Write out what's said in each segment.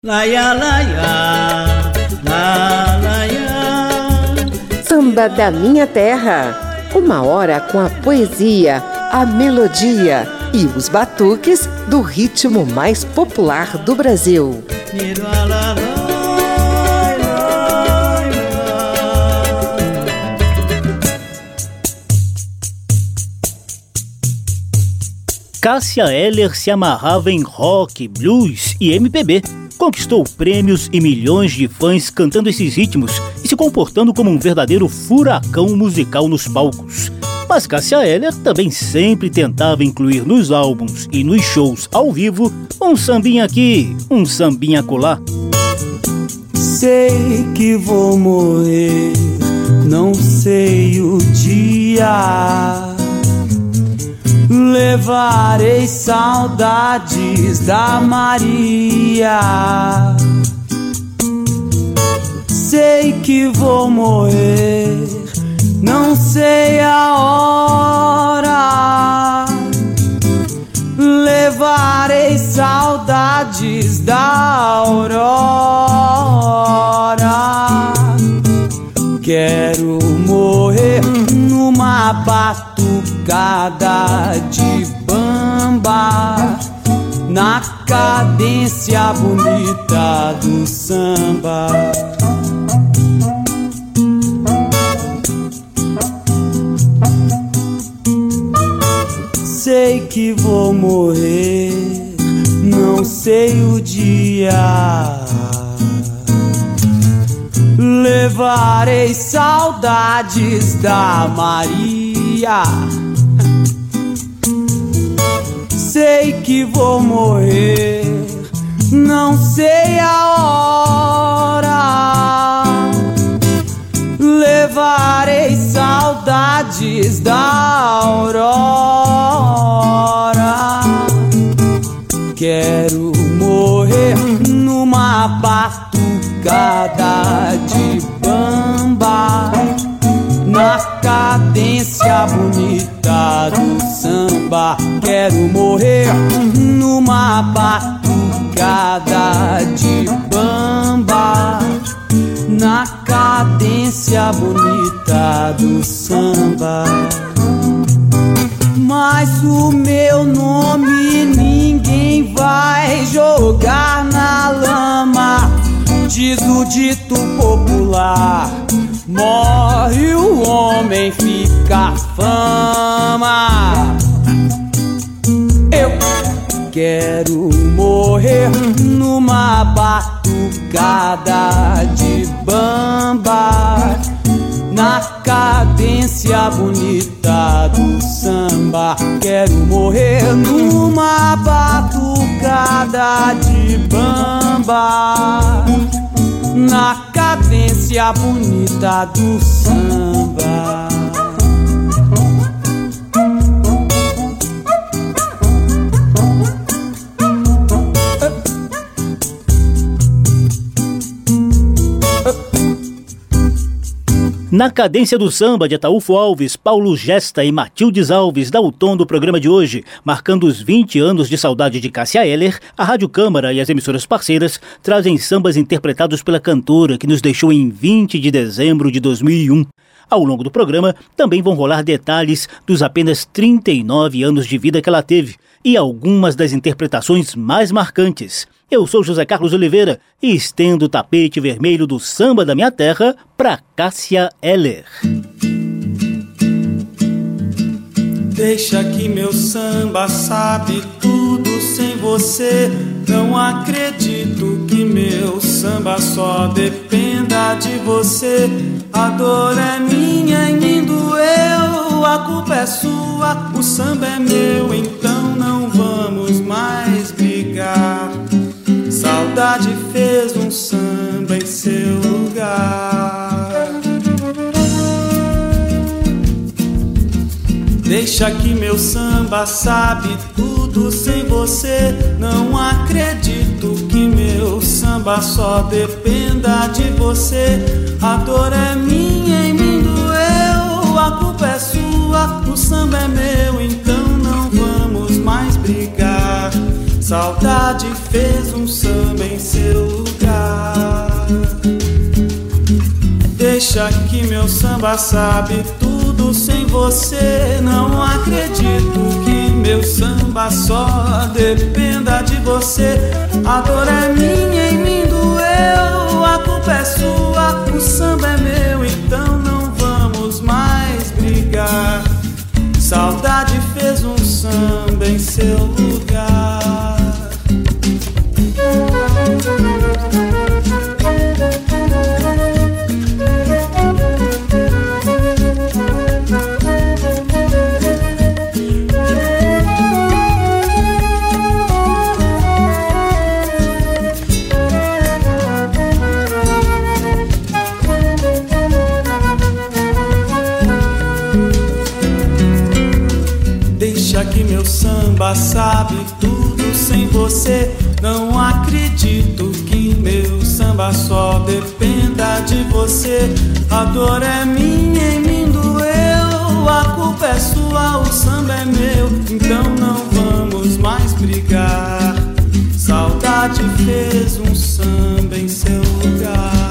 Laia, laia, la, laia. Samba da Minha Terra. Uma hora com a poesia, a melodia e os batuques do ritmo mais popular do Brasil. Cássia Eller se amarrava em rock, blues e MPB. Conquistou prêmios e milhões de fãs cantando esses ritmos e se comportando como um verdadeiro furacão musical nos palcos. Mas Cássia Eller também sempre tentava incluir nos álbuns e nos shows ao vivo um sambinha aqui, um sambinha acolá. Sei que vou morrer, não sei o dia. Levarei saudades da Maria. Sei que vou morrer, não sei a hora. Levarei saudades da aurora. Quero morrer numa batucada de bamba, na cadência bonita do samba. Sei que vou morrer, não sei o dia. Levarei saudades da Maria. Sei que vou morrer, não sei a hora. Levarei saudades da aurora. Quero morrer numa batucada de bamba, na cadência bonita do samba. Quero morrer numa batucada de bamba, na cadência bonita do samba. Mas o meu nome ninguém vai jogar na lama. Diz o dito popular: morre o homem, fica a fama. Eu quero morrer numa batucada de bamba, na cadência bonita do samba. Quero morrer numa batucada de bamba, na cadência bonita do samba. Na cadência do samba de Ataúfo Alves, Paulo Gesta e Matildes Alves dá o tom do programa de hoje. Marcando os 20 anos de saudade de Cássia Eller, a Rádio Câmara e as emissoras parceiras trazem sambas interpretados pela cantora, que nos deixou em 20 de dezembro de 2001. Ao longo do programa, também vão rolar detalhes dos apenas 39 anos de vida que ela teve e algumas das interpretações mais marcantes. Eu sou José Carlos Oliveira e estendo o tapete vermelho do samba da minha terra para Cássia Eller. Deixa que meu samba sabe tudo sem você. Não acredito que meu samba só dependa de você. A dor é minha e me doeu, a culpa é sua, o samba é meu, então não vamos mais brigar. Saudade fez um samba em seu lugar. Deixa que meu samba sabe tudo sem você. Não acredito que meu samba só dependa de você. A dor é minha e me doeu, a culpa é sua, o samba é meu, então não vamos mais brigar. Saudade fez um samba em seu lugar. Deixa que meu samba sabe tudo sem você. Não acredito que meu samba só dependa de você. A dor é minha, em mim doeu. A culpa é sua, o samba é meu. Então não vamos mais brigar. Saudade fez um samba em seu lugar. Que meu samba sabe tudo sem você. Não acredito que meu samba só dependa de você. A dor é minha, em mim doeu. A culpa é sua, o samba é meu. Então não vamos mais brigar. Saudade fez um samba em seu lugar.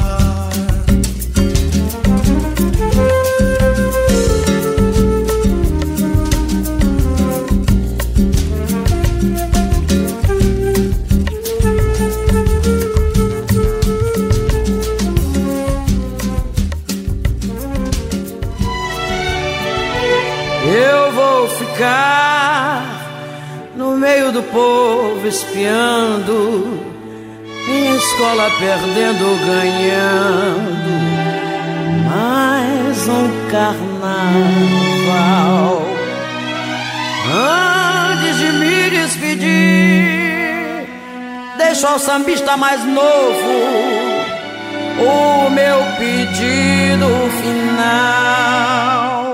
No meio do povo espiando, minha escola perdendo, ganhando mais um carnaval. Antes de me despedir, deixo ao sambista mais novo o meu pedido final.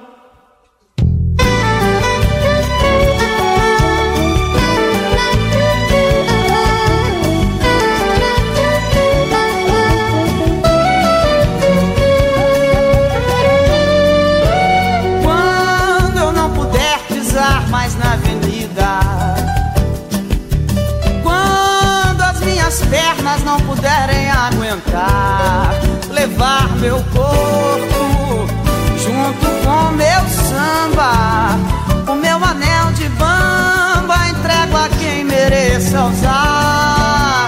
Mais na avenida, quando as minhas pernas não puderem aguentar, levar meu corpo junto com meu samba, o meu anel de bamba entrego a quem mereça usar.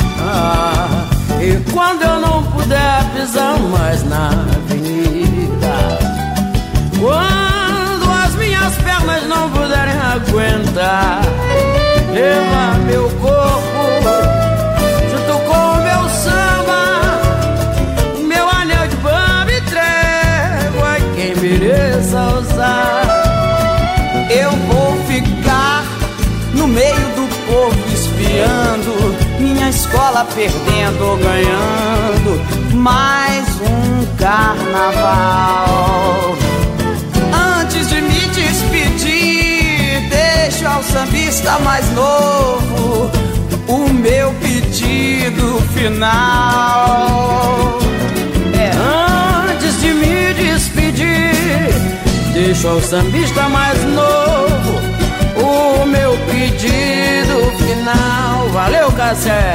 E quando eu não puder pisar mais na avenida, quando as minhas pernas não puderem aguentar, levar meu corpo junto com o meu samba, o meu anel de bamba entrego a quem mereça usar. Eu vou ficar no meio do povo espiando, minha escola perdendo ou ganhando mais um carnaval. Antes de me despedir, deixo ao sambista mais novo o meu pedido final. Antes de me despedir, deixo ao sambista mais novo o meu pedido final. Valeu, Cassé!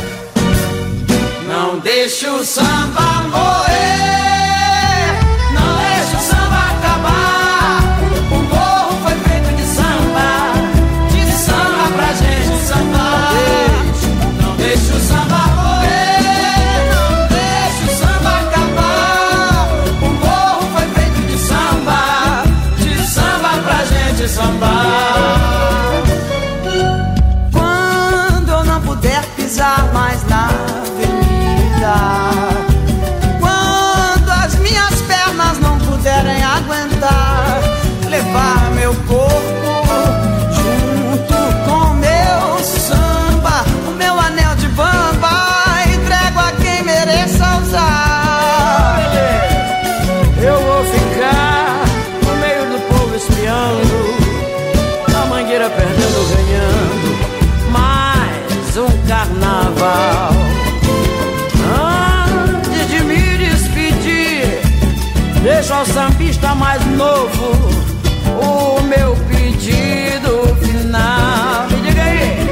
Não deixe o samba morrer, não deixe o samba acabar. O morro foi feito de samba pra gente sambar. Não deixe o samba morrer, não deixe o samba acabar. O morro foi feito de samba pra gente sambar. Quando eu não puder pisar mais na avenida, quando as minhas pernas não puderem aguentar, levar meu corpo junto com meu samba, o meu anel de bamba entrego a quem mereça usar. Eu vou ficar no meio do povo espiando, a mangueira perdendo, ganhando mais um carnaval. Antes de me despedir, deixo ao sambista mais novo o meu pedido final. Me diga aí.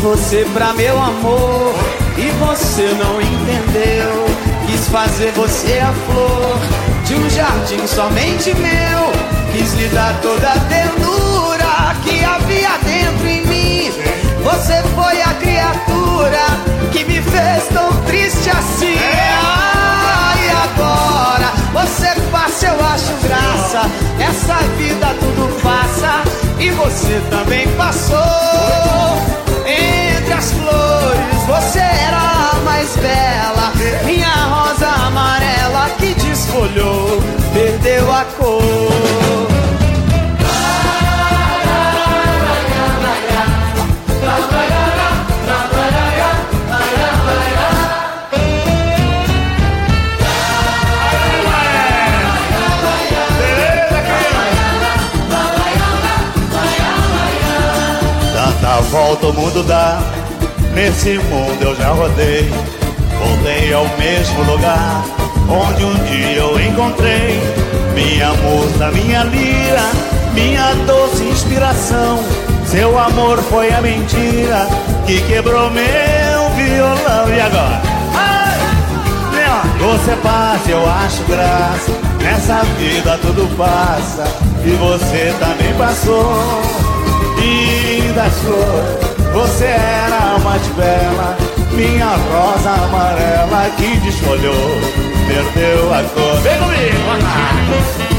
você pra meu amor e você não entendeu. Quis fazer você a flor de um jardim somente meu. Quis lhe dar toda a ternura que havia dentro em mim. Você foi a criatura que me fez tão triste assim. E agora você passa, eu acho graça. Essa vida tudo passa e você também passou. Entre as flores você era a mais bela, minha rosa amarela que desfolhou, perdeu a cor. Tanta volta o mundo dá, nesse mundo eu já rodei. Voltei ao mesmo lugar onde um dia eu encontrei minha musa, minha lira, minha doce inspiração. Seu amor foi a mentira que quebrou meu violão. E agora? Você passa, eu acho graça. Nessa vida tudo passa e você também passou. E das flores você era a mais bela, minha rosa amarela que desfolhou, perdeu a cor. Vem comigo!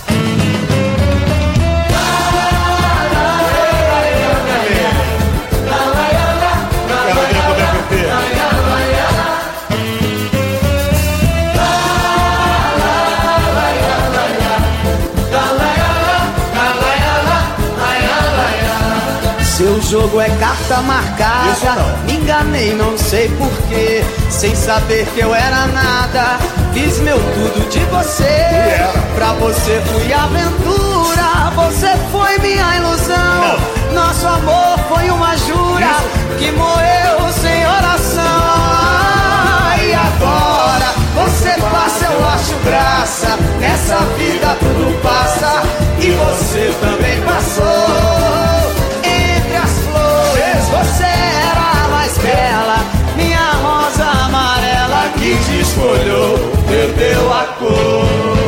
Seu jogo é carta marcada, me enganei, não sei porquê. Sem saber que eu era nada, fiz meu tudo de você. Pra você fui aventura, você foi minha ilusão. Nosso amor foi uma jura que morreu sem oração. E agora você passa, eu acho graça. Nessa vida tudo passa e você também passou. Você era a mais bela, minha rosa amarela que desfolhou, perdeu a cor.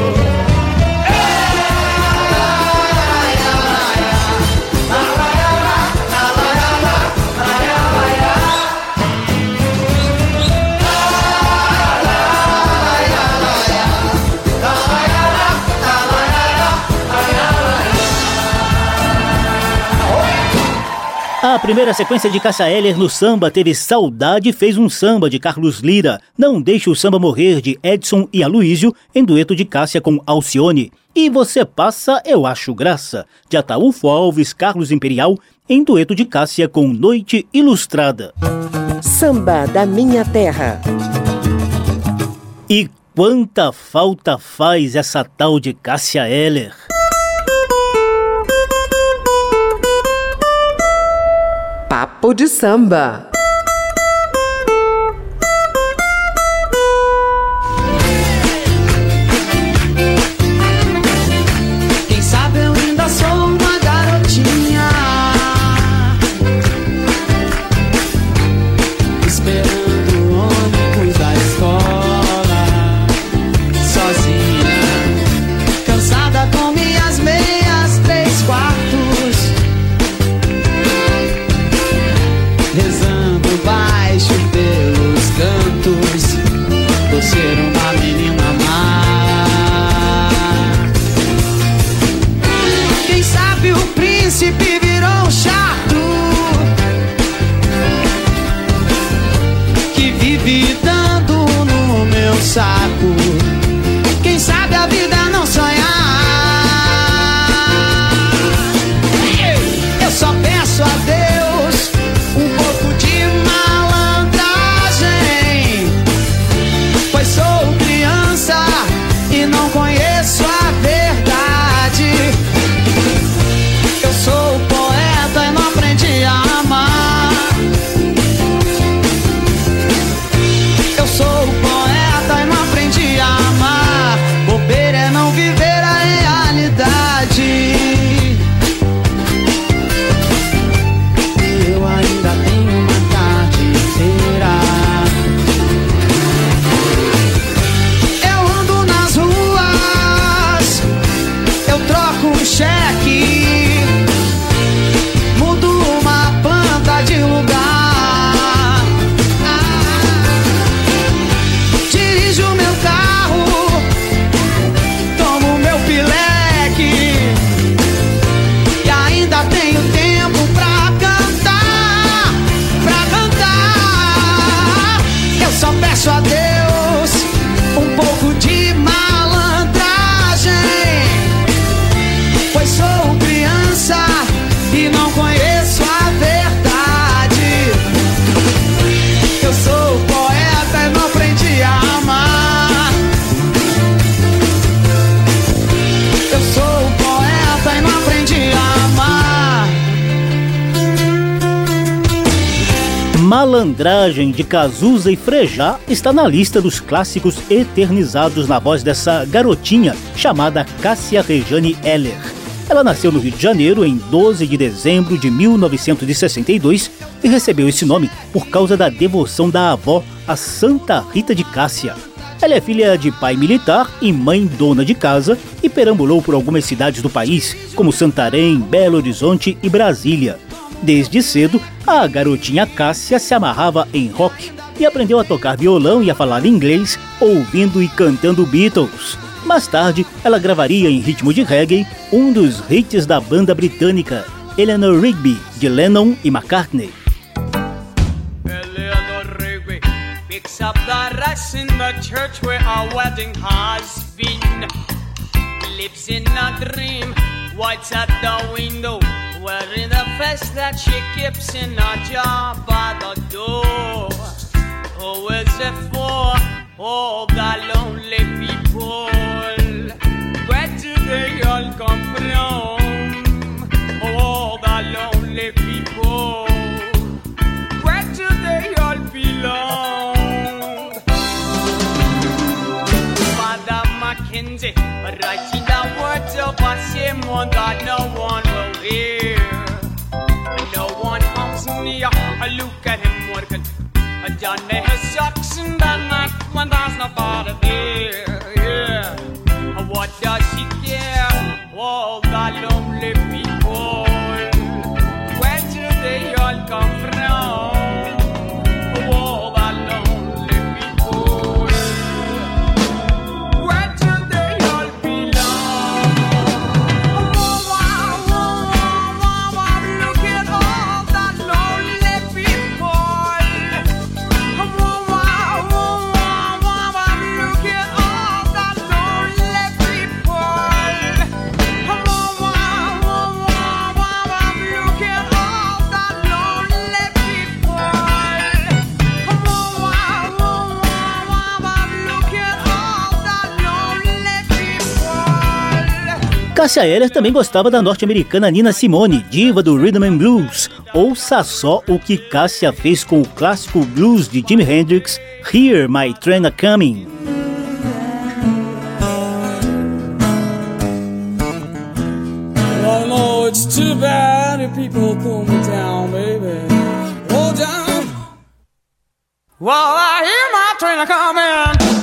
A primeira sequência de Cássia Eller no samba teve Saudade Fez um Samba, de Carlos Lira, Não Deixe o Samba Morrer, de Edson e Aloísio, em dueto de Cássia com Alcione, e Você Passa, Eu Acho Graça, de Ataúfo Alves, Carlos Imperial, em dueto de Cássia com Noite Ilustrada. Samba da Minha Terra. E quanta falta faz essa tal de Cássia Eller? Papo de Samba. Quem sabe eu ainda sou uma garotinha, esperando o ônibus da escola, sozinha, cansada com minhas meias 3/4, rezando baixo pelos cantos, por ser uma menina má. Quem sabe o príncipe virou um chato que vive dando no meu saco. Quem sabe a vida não sonhar. Eu só peço a Deus um pouco de malandragem, pois sou criança e não conheço a verdade. Eu sou poeta e não aprendi a amar. Eu sou poeta e não aprendi Malandragem de Cazuza e Frejá está na lista dos clássicos eternizados na voz dessa garotinha chamada Cássia Rejane Heller. Ela nasceu no Rio de Janeiro em 12 de dezembro de 1962 e recebeu esse nome por causa da devoção da avó a Santa Rita de Cássia. Ela é filha de pai militar e mãe dona de casa e perambulou por algumas cidades do país, como Santarém, Belo Horizonte e Brasília. Desde cedo, a garotinha Cássia se amarrava em rock e aprendeu a tocar violão e a falar inglês, ouvindo e cantando Beatles. Mais tarde, ela gravaria em ritmo de reggae um dos hits da banda britânica, Eleanor Rigby, de Lennon e McCartney. Eleanor Rigby picks up the rice in the church where our wedding has been. Lives in a dream, waits at the window, wearing the face that she keeps in a jar by the door. Who is it for? All the lonely people. Where do they all come from? All the lonely people. Where do they all belong? Father Mackenzie writing the words of a sermon that no one will hear. No one comes near. Look at him working. Johnny has socks in the night when there's nobody there. Yeah. What does he care? All the lonely people. Where do they all come from? All the lonely people. Where do they all belong? Look at all the lonely people. Cássia Eller também gostava da norte-americana Nina Simone, diva do Rhythm and Blues. Ouça só o que Cássia fez com o clássico blues de Jimi Hendrix, Hear My Train A-Comin'. Well, no, it's too bad if people cool me down, baby. Oh, down. Well, I hear my train a-comin'.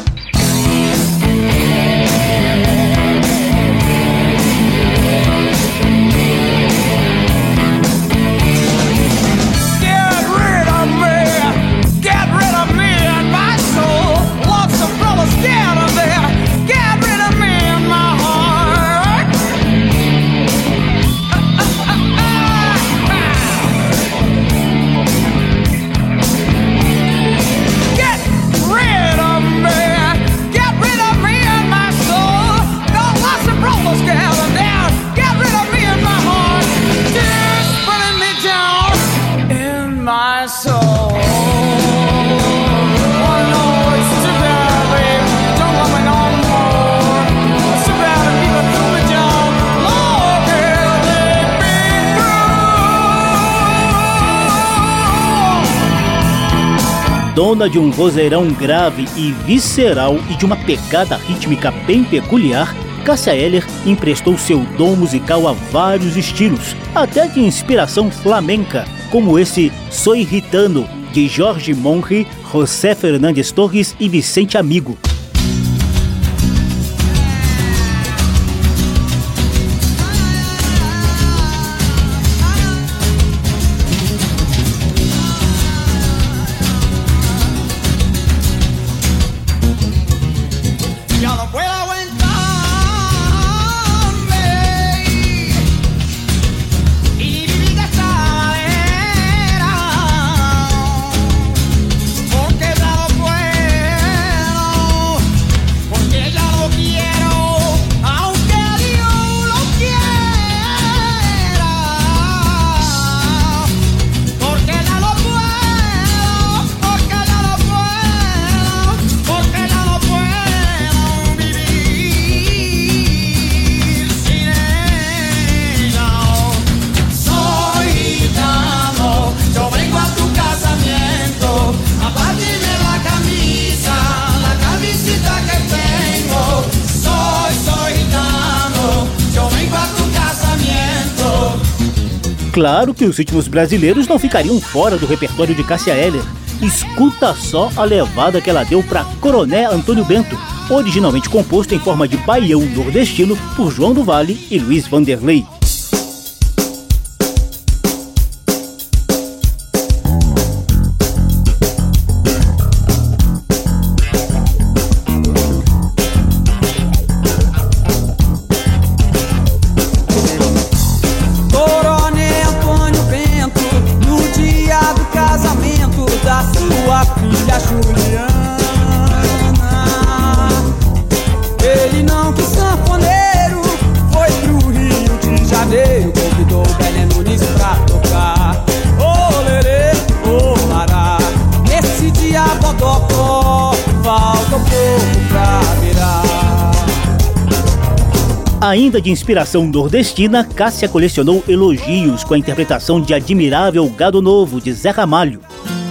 Dona de um vozeirão grave e visceral e de uma pegada rítmica bem peculiar, Cássia Eller emprestou seu dom musical a vários estilos, até de inspiração flamenca, como esse Soy Gitano, de Jorge Monri, José Fernandes Torres e Vicente Amigo. Porque dado bueno Claro que os ritmos brasileiros não ficariam fora do repertório de Cássia Eller. Escuta só a levada que ela deu para Coroné Antônio Bento, originalmente composto em forma de baião nordestino por João do Vale e Luiz Vanderlei. Ainda de inspiração nordestina, Cássia colecionou elogios com a interpretação de Admirável Gado Novo, de Zé Ramalho.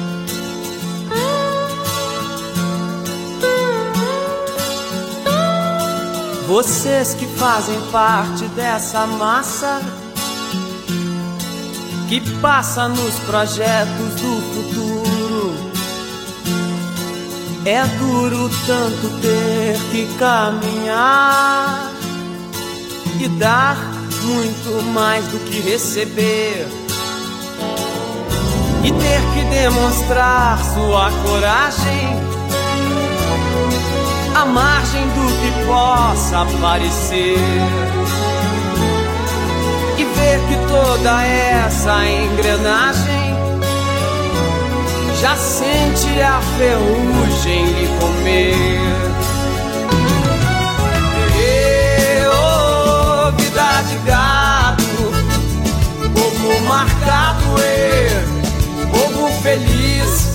Vocês que fazem parte dessa massa que passa nos projetos do futuro, é duro tanto ter que caminhar e dar muito mais do que receber, e ter que demonstrar sua coragem à margem do que possa parecer, e ver que toda essa engrenagem já sente a ferrugem lhe comer. Vida de gado, povo marcado, povo feliz.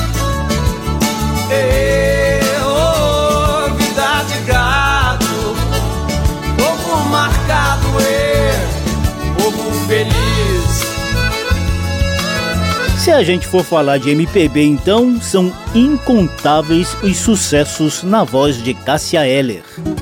Vida de gado, povo marcado, povo feliz. Se a gente for falar de MPB, então, são incontáveis os sucessos na voz de Cássia Eller.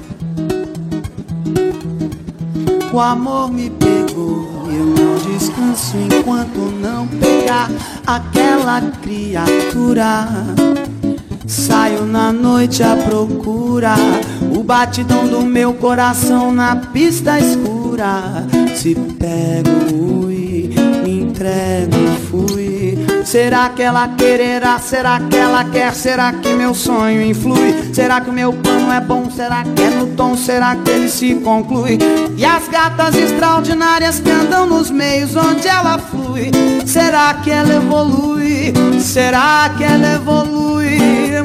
O amor me pegou, eu não descanso enquanto não pegar aquela criatura. Saio na noite à procura, o batidão do meu coração na pista escura. Se pego e me entrego, fui. Será que ela quererá? Será que ela quer? Será que meu sonho influi? Será que o meu plano é bom? Será que é no tom? Será que ele se conclui? E as gatas extraordinárias que andam nos meios onde ela flui, será que ela evolui? Será que ela evolui?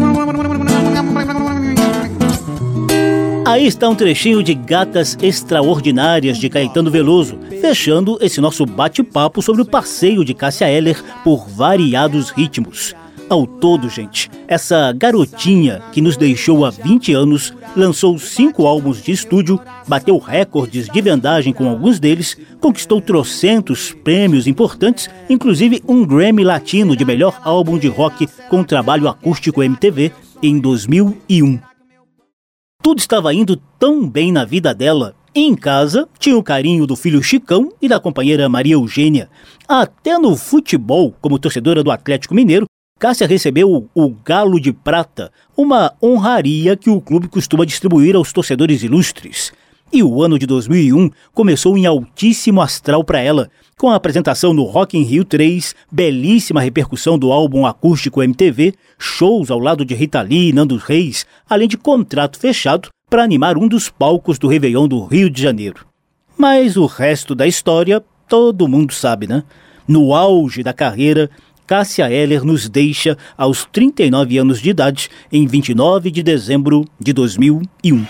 Aí está um trechinho de Gatas Extraordinárias, de Caetano Veloso, fechando esse nosso bate-papo sobre o passeio de Cássia Eller por variados ritmos. Ao todo, gente, essa garotinha que nos deixou há 20 anos, lançou 5 álbuns de estúdio, bateu recordes de vendagem com alguns deles, conquistou trocentos prêmios importantes, inclusive um Grammy Latino de melhor álbum de rock com trabalho acústico MTV em 2001. Tudo estava indo tão bem na vida dela. Em casa, tinha o carinho do filho Chicão e da companheira Maria Eugênia. Até no futebol, como torcedora do Atlético Mineiro, Cássia recebeu o Galo de Prata, uma honraria que o clube costuma distribuir aos torcedores ilustres. E o ano de 2001 começou em altíssimo astral para ela, com a apresentação no Rock in Rio 3, belíssima repercussão do álbum acústico MTV, shows ao lado de Rita Lee e Nando Reis, além de contrato fechado para animar um dos palcos do Réveillon do Rio de Janeiro. Mas o resto da história todo mundo sabe, né? No auge da carreira, Cássia Eller nos deixa aos 39 anos de idade, em 29 de dezembro de 2001.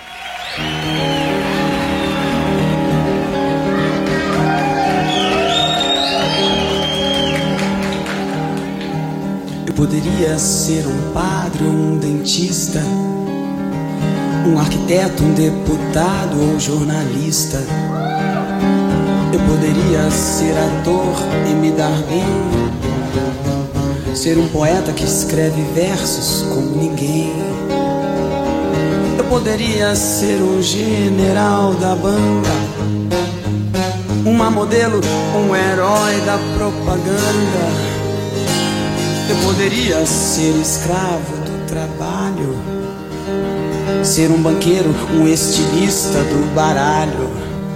Poderia ser um padre ou um dentista, um arquiteto, um deputado ou jornalista. Eu poderia ser ator e me dar bem, ser um poeta que escreve versos como ninguém. Eu poderia ser um general da banda, uma modelo, um herói da propaganda. Eu poderia ser escravo do trabalho, ser um banqueiro, um estilista do baralho.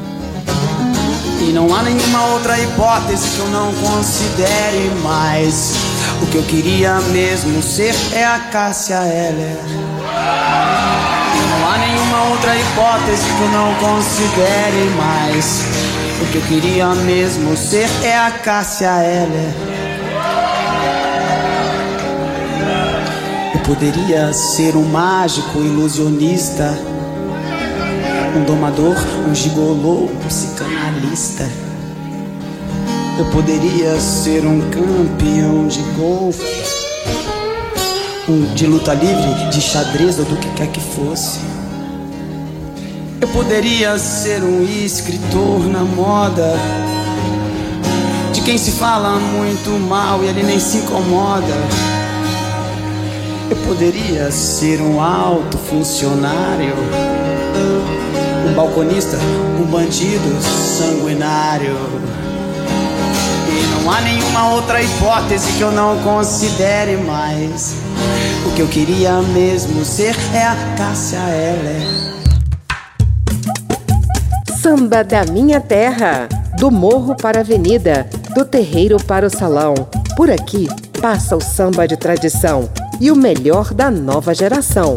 E não há nenhuma outra hipótese que eu não considere mais. O que eu queria mesmo ser é a Cássia Eller. Não há nenhuma outra hipótese que eu não considere mais. O que eu queria mesmo ser é a Cássia Eller. Eu poderia ser um mágico ilusionista, um domador, um gigolô, um psicanalista. Eu poderia ser um campeão de golfe, de luta livre, de xadrez ou do que quer que fosse. Eu poderia ser um escritor na moda, de quem se fala muito mal e ele nem se incomoda. Eu poderia ser um alto funcionário, um balconista, um bandido sanguinário. E não há nenhuma outra hipótese que eu não considere mais. O que eu queria mesmo ser é a Cássia Eller. Samba da minha terra, do morro para a avenida, do terreiro para o salão. Por aqui passa o samba de tradição e o melhor da nova geração.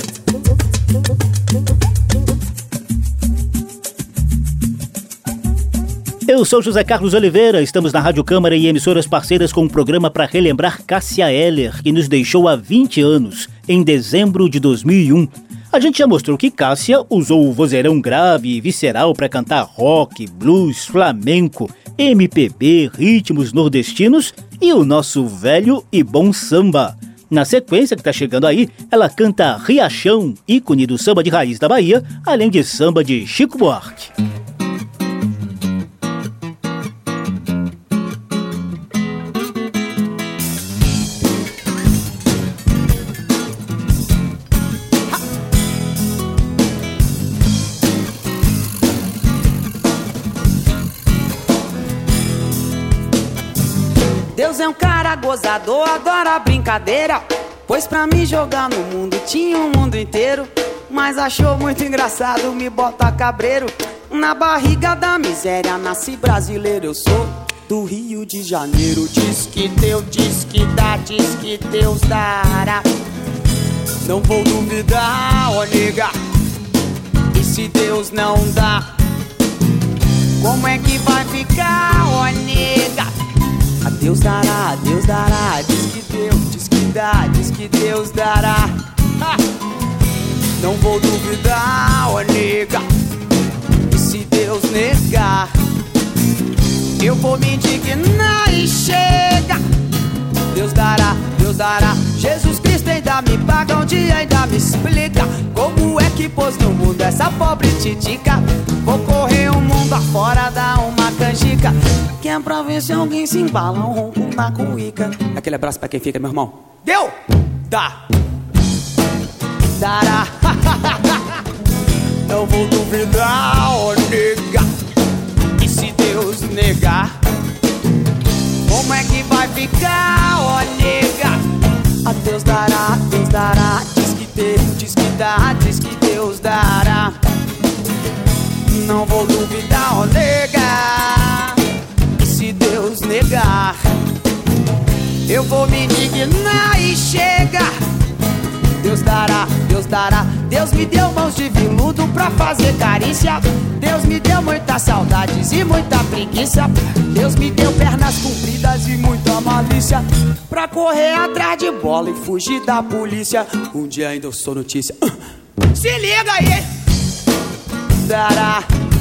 Eu sou José Carlos Oliveira, estamos na Rádio Câmara e emissoras parceiras com um programa para relembrar Cássia Eller, que nos deixou há 20 anos, em dezembro de 2001. A gente já mostrou que Cássia usou o vozeirão grave e visceral para cantar rock, blues, flamenco, MPB, ritmos nordestinos e o nosso velho e bom samba. Na sequência que tá chegando aí, ela canta Riachão, ícone do samba de raiz da Bahia, além de samba de Chico Buarque. Deus é um cara gozador, adora brincadeira, pois pra me jogar no mundo tinha um mundo inteiro. Mas achou muito engraçado me botar cabreiro. Na barriga da miséria nasci brasileiro. Eu sou do Rio de Janeiro. Diz que Deus, diz que dá, diz que Deus dará. Não vou duvidar, ó nega. E se Deus não dá, como é que vai ficar, ó nega? A Deus dará, Deus dará. Diz que Deus, diz que dá, diz que Deus dará. Ha! Não vou duvidar, ó nega. E se Deus negar, eu vou me indignar e chega. Deus dará, Deus dará. Jesus Cristo ainda me paga um dia, ainda me explica como é que pôs no mundo essa pobre titica. Vou correr o mundo afora, dar uma canjica, que é pra ver se alguém se embala um ronco na cuíca. Aquele abraço pra quem fica, meu irmão. Deu! Dá! Dará! Não vou duvidar, ó nega. E se Deus negar, como é que vai ficar, ó nega? A Deus dará, Deus dará. Diz que Deus, diz que dá, diz que Deus dará. Não vou duvidar, ó nega. E se Deus negar, eu vou me indignar e chega. Deus dará, Deus dará. Deus me deu mãos de veludo pra fazer carícia. Deus me deu muitas saudades e muita preguiça. Deus me deu pernas compridas e muita malícia pra correr atrás de bola e fugir da polícia. Um dia ainda eu sou notícia. Se liga aí! Dará.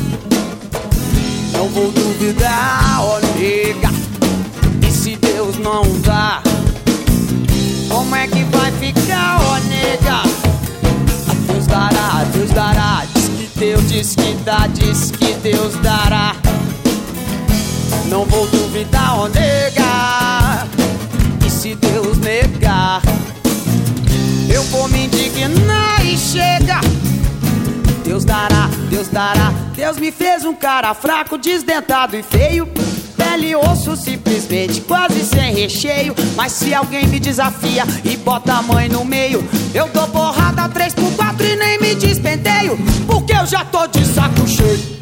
Não vou duvidar, ó nega. E se Deus não dá, como é que vai ficar, ó nega? A Deus dará, Deus dará. Diz que Deus, diz que dá, diz que Deus dará. Não vou duvidar, ó nega. E se Deus negar, eu vou me indignar e chega. Deus dará, Deus dará. Deus me fez um cara fraco, desdentado e feio, pele e osso simplesmente, quase sem recheio. Mas se alguém me desafia e bota a mãe no meio, eu dou porrada 3x4 e nem me despenteio, porque eu já tô de saco cheio.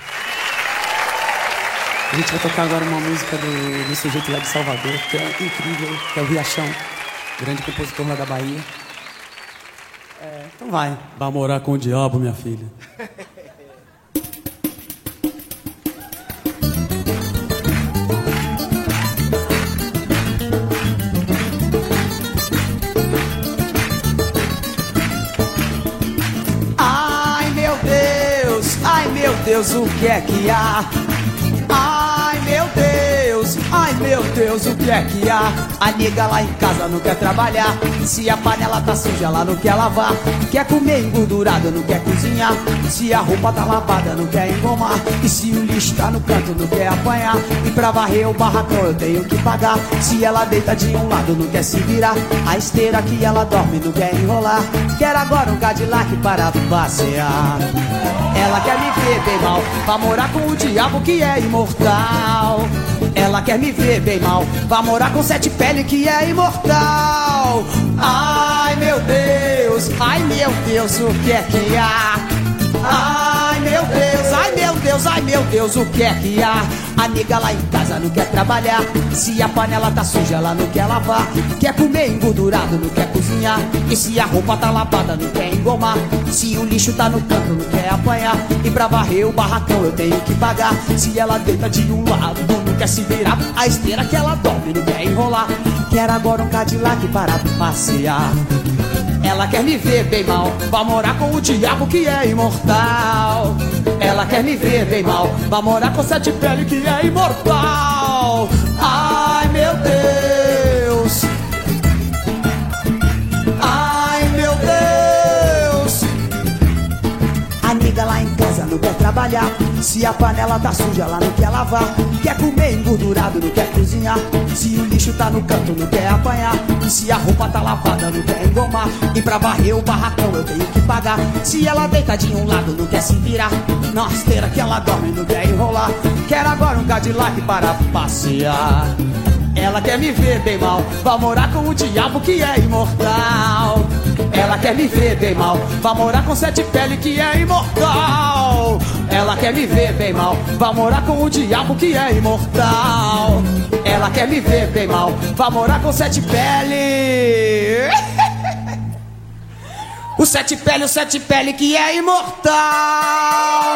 A gente vai tocar agora uma música do sujeito lá de Salvador, que é incrível, que é o Riachão, grande compositor lá da Bahia. Então vai. Vai morar com o diabo, minha filha. Ai meu Deus, o que é que há? Ai meu Deus, o que é que há? A nega lá em casa não quer trabalhar. Se a panela tá suja, ela não quer lavar. Quer comer engordurado, não quer cozinhar. Se a roupa tá lavada, não quer engomar. E se o lixo tá no canto, não quer apanhar. E pra varrer o barracão eu tenho que pagar. Se ela deita de um lado, não quer se virar. A esteira que ela dorme, não quer enrolar. Quer agora um Cadillac para passear. Ela quer me ver bem mal, vai morar com o diabo que é imortal. Ela quer me ver bem mal, vai morar com 7 pele que é imortal. Ai meu Deus, o que é que há? Ai meu Deus, ai meu Deus, o que é que há? A nega lá em casa não quer trabalhar. Se a panela tá suja, ela não quer lavar. Quer comer engordurado, não quer cozinhar. E se a roupa tá lavada, não quer engomar. Se o lixo tá no canto, não quer apanhar. E pra varrer o barracão eu tenho que pagar. Se ela deita de um lado, não quer se virar. A esteira que ela dorme, não quer enrolar. Quer agora um Cadillac para passear. Ela quer me ver bem mal, vai morar com o diabo que é imortal. Ela quer me ver bem mal, vai morar com 7 pele que é imortal. Ai meu Deus, ai meu Deus. A nega lá em casa não quer trabalhar. Se a panela tá suja, ela não quer lavar. Quer comer engordurado, não quer cozinhar. Se o lixo tá no canto, não quer apanhar. E se a roupa tá lavada, não quer engomar. E pra varrer o barracão eu tenho que pagar. Se ela deita de um lado, não quer se virar. Na esteira que ela dorme, não quer enrolar. Quer agora um Cadillac para passear. Ela quer me ver bem mal, vai morar com o diabo que é imortal. Ela quer me ver bem mal, vai morar com 7 pele que é imortal. Ela quer me ver bem mal, vai morar com o diabo que é imortal. Ela quer me ver bem mal, vai morar com 7 pele. O 7 pele que é imortal.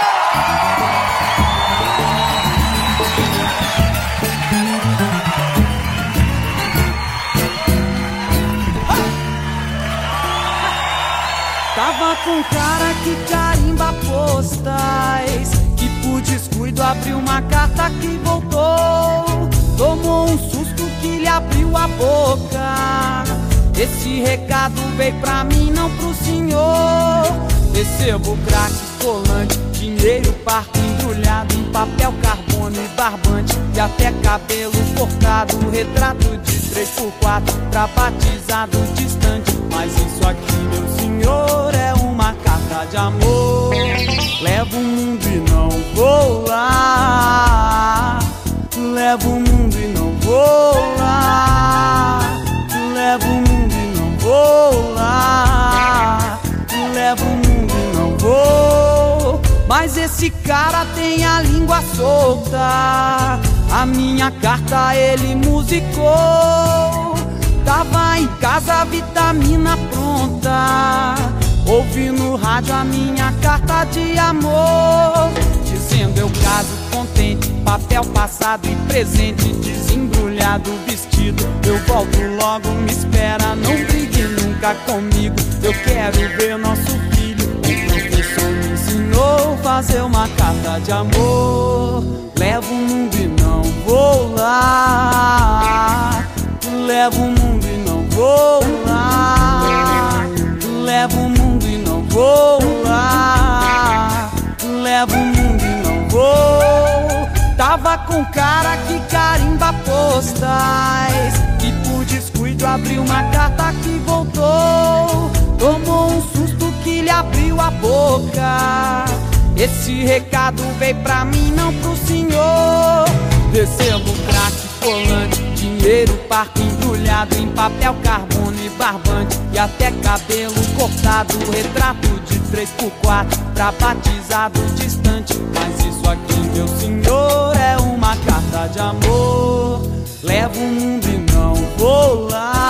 Tava com cara que carimba postais, que por descuido abriu uma carta que voltou. Tomou um susto que lhe abriu a boca. Esse recado veio pra mim, não pro senhor. Recebo crack, colante, dinheiro, parque embrulhado em papel, carbono e barbante, e até cabelo cortado, retrato de 3x4 pra batizado distante. Mas isso aqui, meu senhor, é uma carta de amor. Levo o mundo e não vou lá. Levo o mundo e não vou lá. Levo o mundo e não vou lá. Levo o mundo e não vou. Mas esse cara tem a língua solta. A minha carta ele musicou. Tava em casa, a vitamina pronta. Ouvi no rádio a minha carta de amor, dizendo eu caso contente, papel passado e presente, desembrulhado o vestido. Eu volto logo, me espera, não brigue nunca comigo. Eu quero ver nosso filho. O professor me ensinou a fazer uma carta de amor. Levo o mundo e não vou lá. Levo o mundo e não vou lá. Levo o mundo e não vou lá. Levo o mundo e não vou. Tava com cara que carimba postais, e por descuido abriu uma carta que voltou. Tomou um susto que lhe abriu a boca. Esse recado veio pra mim, não pro senhor. Recebo crack, colante, dinheiro, parque embrulhado em papel, carbono e barbante, e até cabelo cortado, retrato de 3x4 pra batizado distante. Mas isso aqui, meu senhor, é uma carta de amor. Levo o mundo e não vou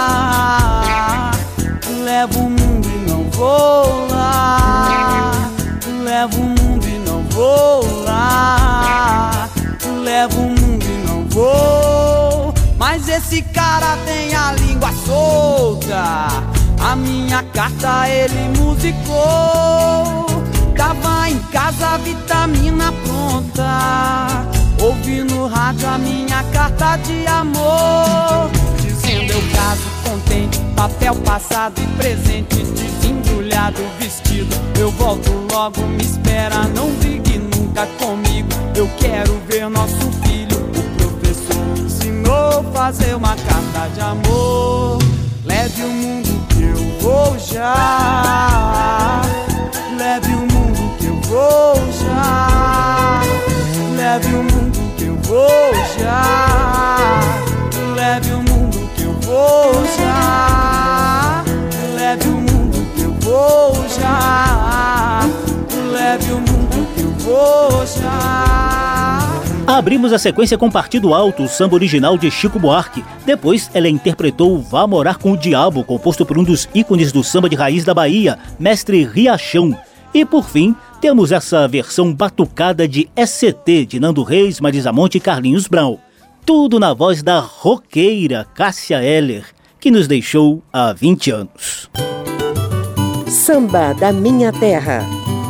lá. Levo o mundo e não vou lá. Levo o mundo e não vou lá. Levo o mundo e não vou. Mas esse cara tem a língua solta. A minha carta ele musicou. Tava em casa, vitamina pronta. Ouvi no rádio a minha carta de amor, dizendo eu caso contente, papel passado e presente, desembrulhado vestido. Eu volto logo, me espera, não brigue nunca comigo. Eu quero ver nosso filho. O professor ensinou a fazer uma carta de amor. Leve o mundo que eu vou já. Leve o mundo que eu vou já. Leve o mundo que eu vou já. Leve o mundo que eu vou já. Leve o mundo que eu vou já. Leve o mundo que eu vou já. Abrimos a sequência com Partido Alto, o samba original de Chico Buarque. Depois ela interpretou Vá Morar com o Diabo, composto por um dos ícones do samba de raiz da Bahia, Mestre Riachão. E por fim, temos essa versão batucada de SCT, de Nando Reis, Marisa Monte e Carlinhos Brown. Tudo na voz da roqueira Cássia Eller, que nos deixou há 20 anos. Samba da Minha Terra.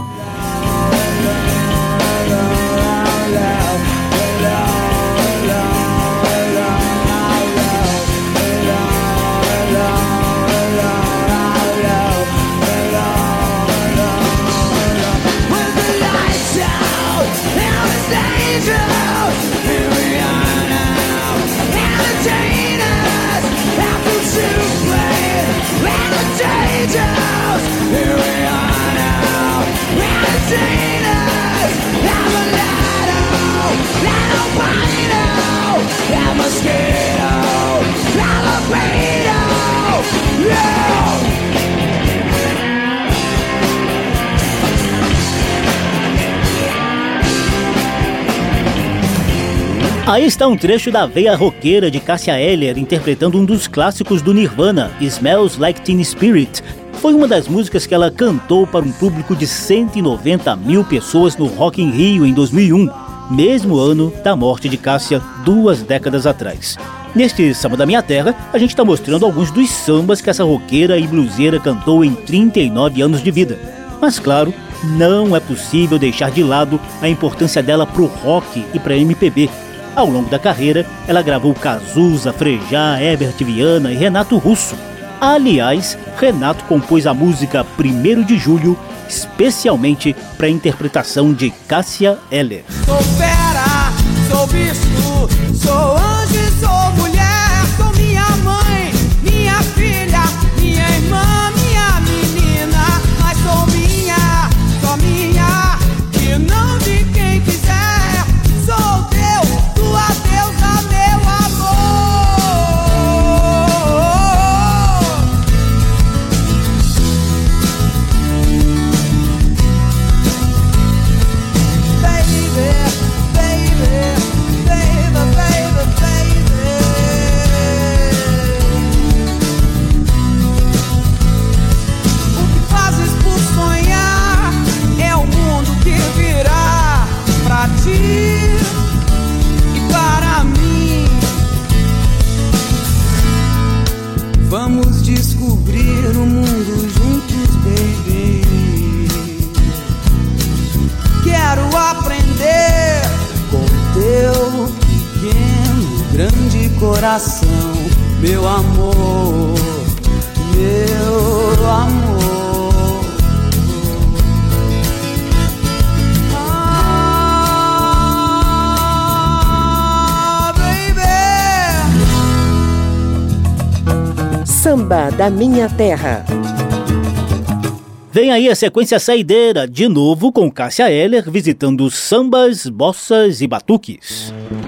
Aí está um trecho da veia roqueira de Cássia Eller interpretando um dos clássicos do Nirvana, Smells Like Teen Spirit. Foi uma das músicas que ela cantou para um público de 190 mil pessoas no Rock in Rio em 2001, mesmo ano da morte de Cássia 2 décadas atrás. Neste Samba da Minha Terra, a gente está mostrando alguns dos sambas que essa roqueira e bluseira cantou em 39 anos de vida. Mas claro, não é possível deixar de lado a importância dela pro rock e pra MPB. Ao longo da carreira, ela gravou Cazuza, Frejá, Herbert Viana e Renato Russo. Aliás, Renato compôs a música 1º de Julho, especialmente para a interpretação de Cássia Eller. Sou fera, sou bicho, sou anjo e sou mulher. Sou minha mãe, minha filha, minha irmã, minha menina. Mas sou minha, só minha, e não de quem quiser. Sou Deus, tua deusa, meu amor. Baby, baby, baby, baby, baby. O que fazes por sonhar é o mundo que virá pra ti e para mim. Vamos descobrir o mundo juntos, baby. Quero aprender com teu pequeno, grande coração, meu amor, meu amor. Samba da Minha Terra. Vem aí a sequência saideira, de novo com Cássia Eller visitando sambas, bossas e batuques.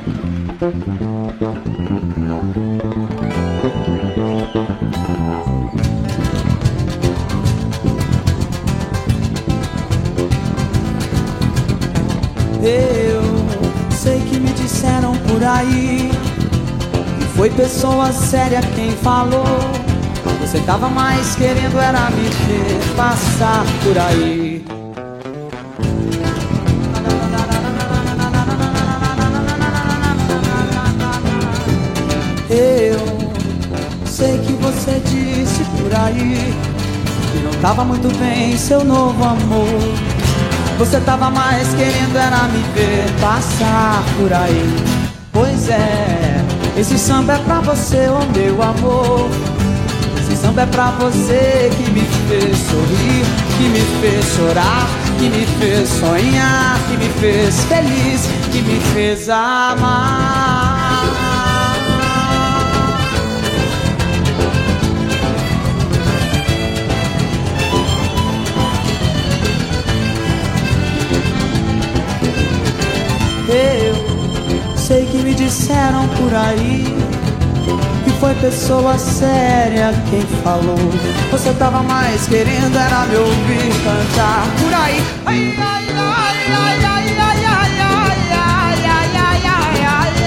Eu sei que me disseram por aí que foi pessoa séria quem falou. Você tava mais querendo era me ver passar por aí. Eu sei que você disse por aí que não tava muito bem seu novo amor. Você tava mais querendo era me ver passar por aí. Pois é, esse samba é pra você, oh meu amor. Esse samba é pra você que me fez sorrir, que me fez chorar, que me fez sonhar, que me fez feliz, que me fez amar. Eu sei que me disseram por aí que foi pessoa séria quem falou. Você tava mais querendo era me ouvir cantar por aí. Ai, ai, ai, ai, ai, ai, ai, ai, ai, ai,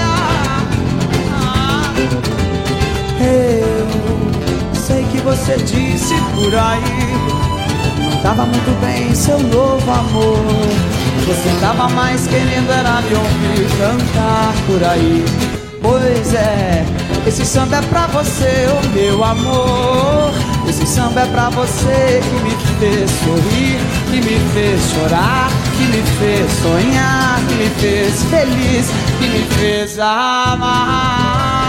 ai, ai. Eu sei que você disse por aí não tava muito bem seu novo amor. Você tava mais querendo era me ouvir cantar por aí. Pois é, esse samba é pra você, oh meu amor. Esse samba é pra você que me fez sorrir, que me fez chorar, que me fez sonhar, que me fez feliz, que me fez amar.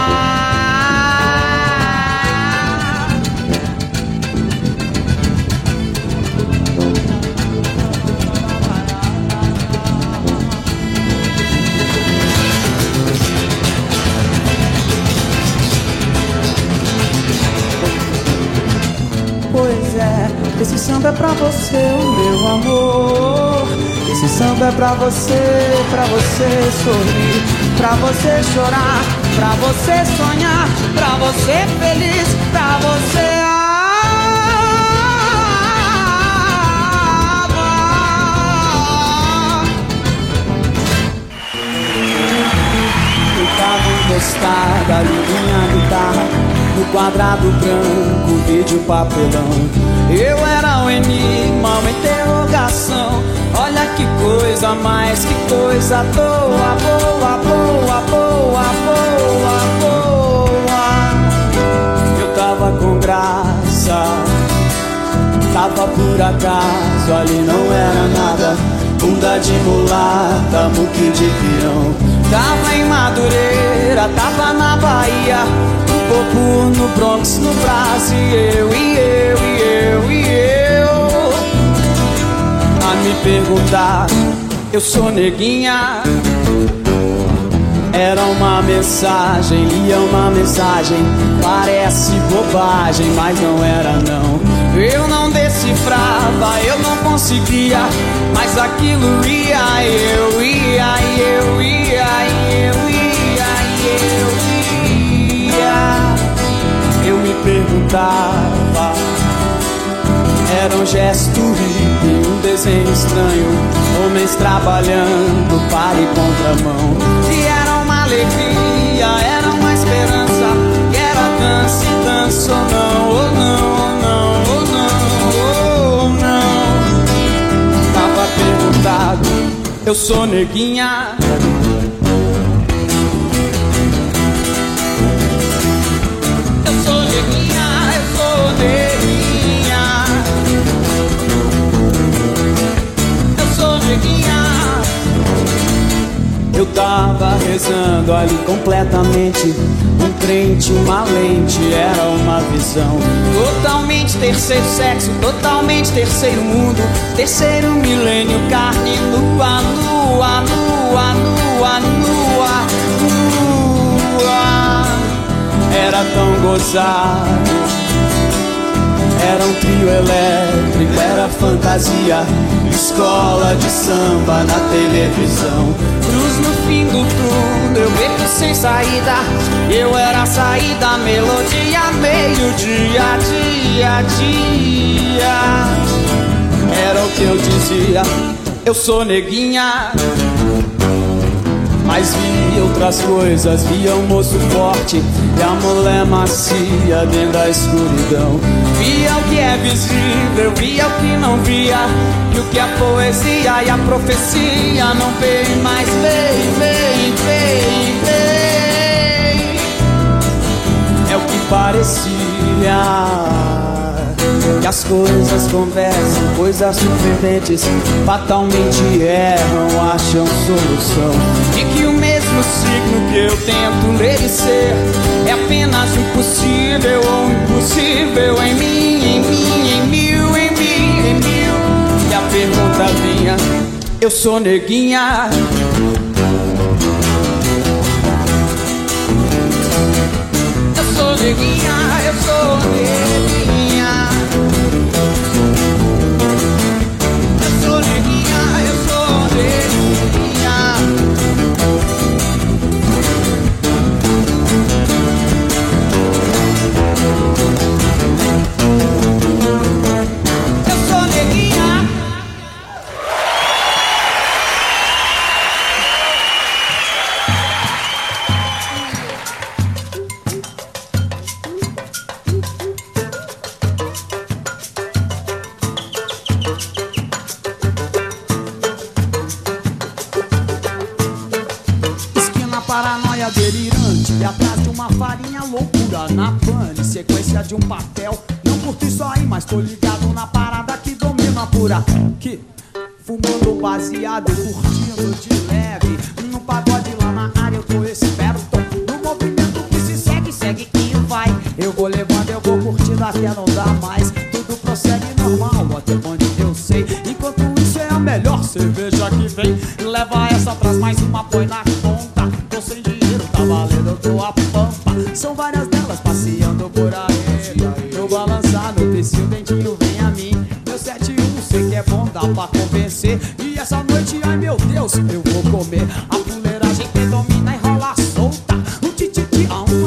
Pois é, esse samba é pra você, oh meu amor. Esse samba é pra você sorrir, pra você chorar, pra você sonhar, pra você feliz, pra você amar. Eu tava encostada ali minha guitarra no quadrado branco, vídeo papelão. Eu era um enigma, uma interrogação. Olha que coisa mais, que coisa boa, boa, boa, boa, boa, boa. Eu tava com graça, tava por acaso, ali não era nada. Bunda de mulata, muque de peão. Tava em Madureira, tava na Bahia, no Bronx, no Brasil, e eu a me perguntar, eu sou neguinha. Era uma mensagem, lia uma mensagem, parece bobagem, mas não era não. Eu não decifrava, eu não conseguia, mas aquilo ia, eu ia, eu ia, eu ia, eu ia. Eu me perguntava, era um gesto hippie, um desenho estranho, homens trabalhando para e contramão. E era uma alegria, era uma esperança, e era dança e dança ou não, ou não, ou não, ou não, ou não. Tava perguntado, eu sou neguinha. Eu tava rezando ali completamente, um crente, uma lente, era uma visão. Totalmente terceiro sexo, totalmente terceiro mundo, terceiro milênio, carne nua, nua, nua, nua, nua, nua. Era tão gozado, Era um trio elétrico, era fantasia, escola de samba na televisão. Cruz no fim do túnel, beco sem saída. Eu era a saída, melodia, meio-dia, dia, dia. Era o que eu dizia, eu sou neguinha. Mas vi outras coisas, via um moço forte e a mulher macia dentro da escuridão. Via o que é visível, via o que não via, e o que a poesia e a profecia não veio, mas veio, veio, veio, veio. É o que parecia. E as coisas conversam, coisas surpreendentes fatalmente erram, acham solução. E que o mesmo signo que eu tento ler e ser é apenas o possível ou impossível em mim, em mim, em mil, em mim, em mil. E a pergunta vinha, eu sou neguinha. Eu sou neguinha, eu sou neguinha. Delirante, e atrás de uma farinha loucura na pane, sequência de um papel. Não curto isso aí, mas tô ligado na parada que domina por aqui. Fumando baseado, curtindo de leve. No pagode lá na área eu tô esperto. No movimento que se segue, segue e vai. Eu vou levando, eu vou curtindo até não dá mais. Tudo prossegue normal, até onde eu sei. Enquanto isso é a melhor cerveja que vem. Leva essa, traz mais uma, põe na conta. Tô sem dinheiro, tá valendo, eu tô a pampa. São várias delas passeando por aí. Eu balançar no PC, o dentinho vem a mim. Meu 71, sei que é bom, dá pra convencer. E essa noite, ai meu Deus, eu vou comer. A fuleiragem predomina e rola solta. O tititi,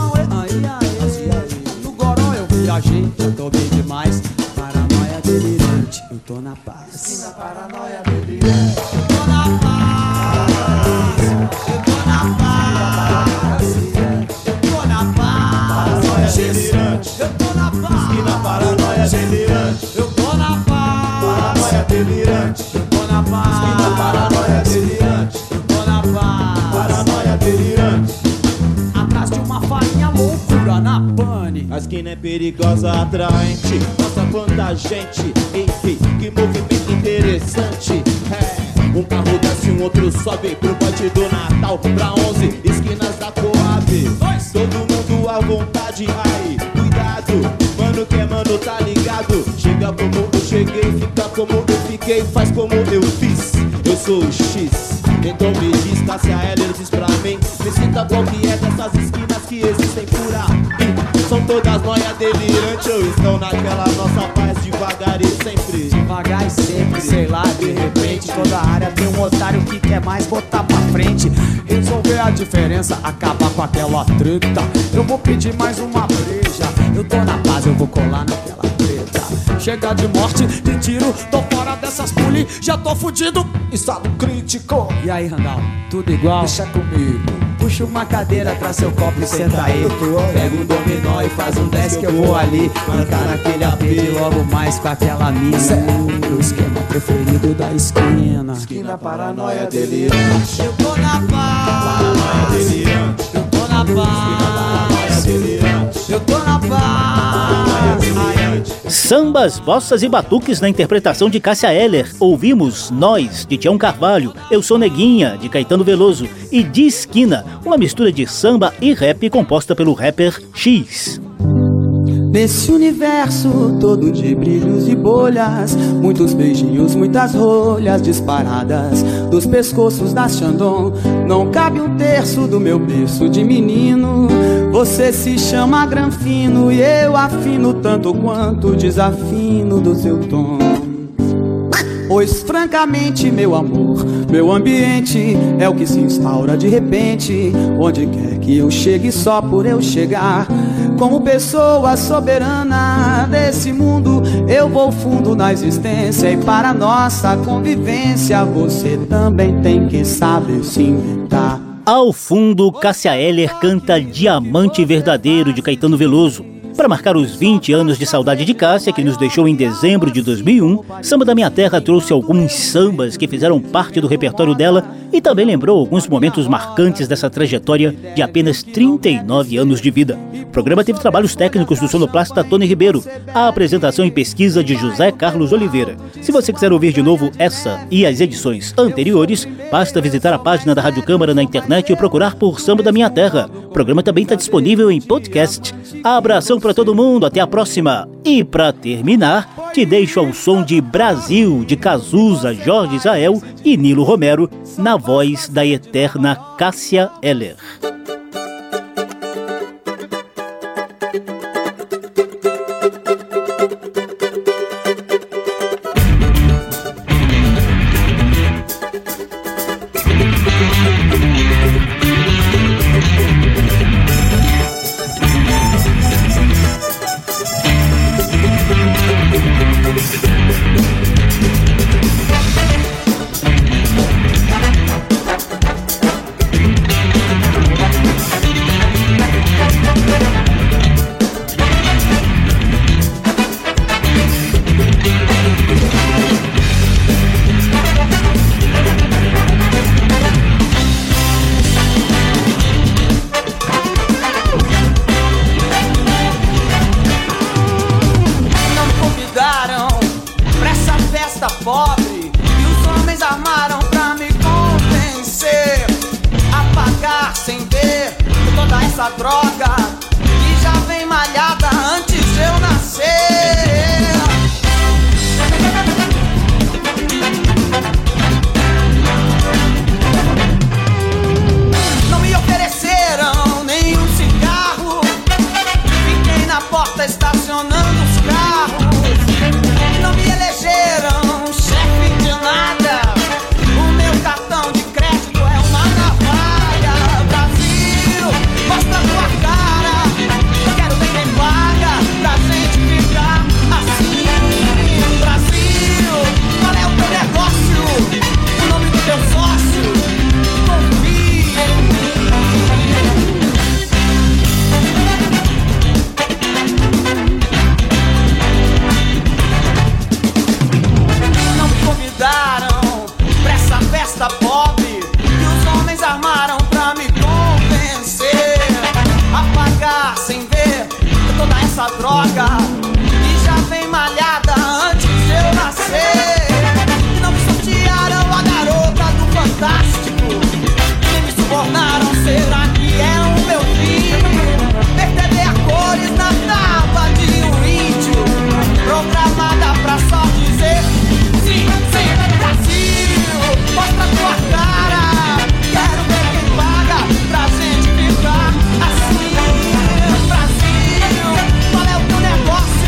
no goró eu viajei, já tô bem demais. Paranoia delirante, eu tô na paz. Na paranoia delirante, eu tô na paz. Eu tô na paz. Eu tô na paz. Delirante, eu tô na paz. E na paranoia delirante, eu tô na paz. Paranoia delirante, eu tô na paz. E na paranoia delirante, eu tô na paz. Paranoia delirante. Atrás de uma farinha loucura na pane. A esquina é perigosa, atraente. Nossa quanta gente, enfim, que movimento interessante. Um carro desce, um outro sobe pro ponte do Natal. Pra 11 esquinas da Coab. Todo mundo à vontade, aí, cuidado. Mano que é mano, tá ligado. Chega como eu cheguei, fica como eu fiquei, faz como eu fiz. Eu sou o X, então me diz, Cássia Eller diz pra mim. Me sinta qual que é dessas esquinas que existem por aí. São todas noias delirantes ou estão naquela nossa paz devagar e sempre. Devagar e sempre, sei lá, de repente toda área tem um otário que quer mais botar pra frente. Resolver a diferença, acabar com aquela treta. Eu vou pedir mais uma breja. Eu tô na paz, eu vou colar naquela treta. Chega de morte, de tiro, tô fora dessas puli. Já tô fudido, estado crítico. E aí, Randall, tudo igual? Deixa comigo. Puxa uma cadeira, traz seu copo e senta aí. Pega um dominó e faz um 10 que eu vou ali. Cantar naquele apê logo mais com aquela mina. O esquema preferido da esquina. Esquina paranoia delirante. Eu tô na paz. Paranoia delirante. Eu tô na paz. Eu tô na paz. Sambas, bossas e batuques na interpretação de Cássia Eller. Ouvimos Nós, de Tião Carvalho, Eu Sou Neguinha, de Caetano Veloso, e De Esquina, uma mistura de samba e rap composta pelo rapper X. Nesse universo todo de brilhos e bolhas, muitos beijinhos, muitas rolhas disparadas dos pescoços da Xandão. Não cabe um terço do meu berço de menino. Você se chama Granfino e eu afino tanto quanto desafino do seu tom. Pois francamente, meu amor, meu ambiente é o que se instaura de repente. Onde quer que eu chegue só por eu chegar, como pessoa soberana desse mundo, eu vou fundo na existência. E para nossa convivência você também tem que saber se inventar. Ao fundo, Cássia Eller canta Diamante Verdadeiro, de Caetano Veloso. Para marcar os 20 anos de saudade de Cássia, que nos deixou em dezembro de 2001, Samba da Minha Terra trouxe alguns sambas que fizeram parte do repertório dela e também lembrou alguns momentos marcantes dessa trajetória de apenas 39 anos de vida. O programa teve trabalhos técnicos do sonoplasta Tony Ribeiro, a apresentação e pesquisa de José Carlos Oliveira. Se você quiser ouvir de novo essa e as edições anteriores, basta visitar a página da Rádio Câmara na internet e procurar por Samba da Minha Terra. O programa também está disponível em podcast. Abração para todo mundo, até a próxima. E para terminar, te deixo ao som de Brasil, de Cazuza, Jorge Israel e Nilo Romero, na voz da eterna Cássia Eller. Pobre, e os homens armaram pra me convencer a pagar sem ver toda essa droga que já vem malhada antes de eu nascer. Não me ofereceram nenhum cigarro, fiquei na porta estacionando os carros. Não me elegeram nada, o meu cartão de crédito é uma navalha. Brasil, mostra tua cara, quero ver quem paga pra gente ficar assim. Brasil, qual é o teu negócio, o nome do teu sócio, confia em mim. Não me convidaram pra essa festa pobre e os homens armaram pra me convencer a pagar sem ver toda essa droga que já vem malhada antes de eu nascer. Não me sortearam a garota do Fantástico, nem me subornaram, será que é o meu fim? Perceber a cores na tapa de um índio, programada pra só dizer sim, sim. Brasil, mostra tua cara, quero ver quem paga pra gente ficar assim. Brasil, qual é o teu negócio?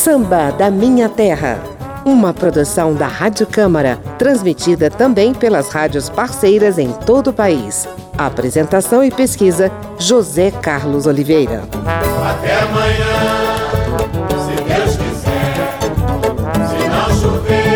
Samba da Minha Terra, uma produção da Rádio Câmara, transmitida também pelas rádios parceiras em todo o país. Apresentação e pesquisa, José Carlos Oliveira. Até amanhã, se Deus quiser, se não chover.